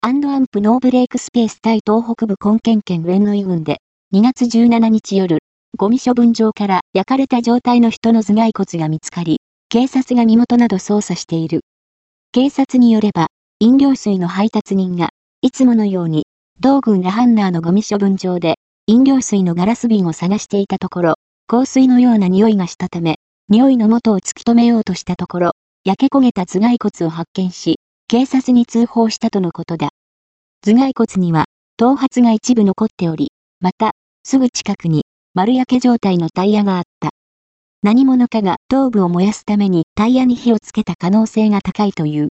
アンプノーブレイクスペース対東北部根県県ウェンノイ郡で、2月17日夜、ゴミ処分場から焼かれた状態の人の頭蓋骨が見つかり、警察が身元など捜査している。警察によれば、飲料水の配達人が、いつものように、同郡ラハンナーのゴミ処分場で、飲料水のガラス瓶を探していたところ、香水のような匂いがしたため、匂いの元を突き止めようとしたところ、焼け焦げた頭蓋骨を発見し、警察に通報したとのことだ。頭蓋骨には、頭髪が一部残っており、また、すぐ近くに、丸焼け状態のタイヤがあった。何者かが頭部を燃やすためにタイヤに火をつけた可能性が高いという。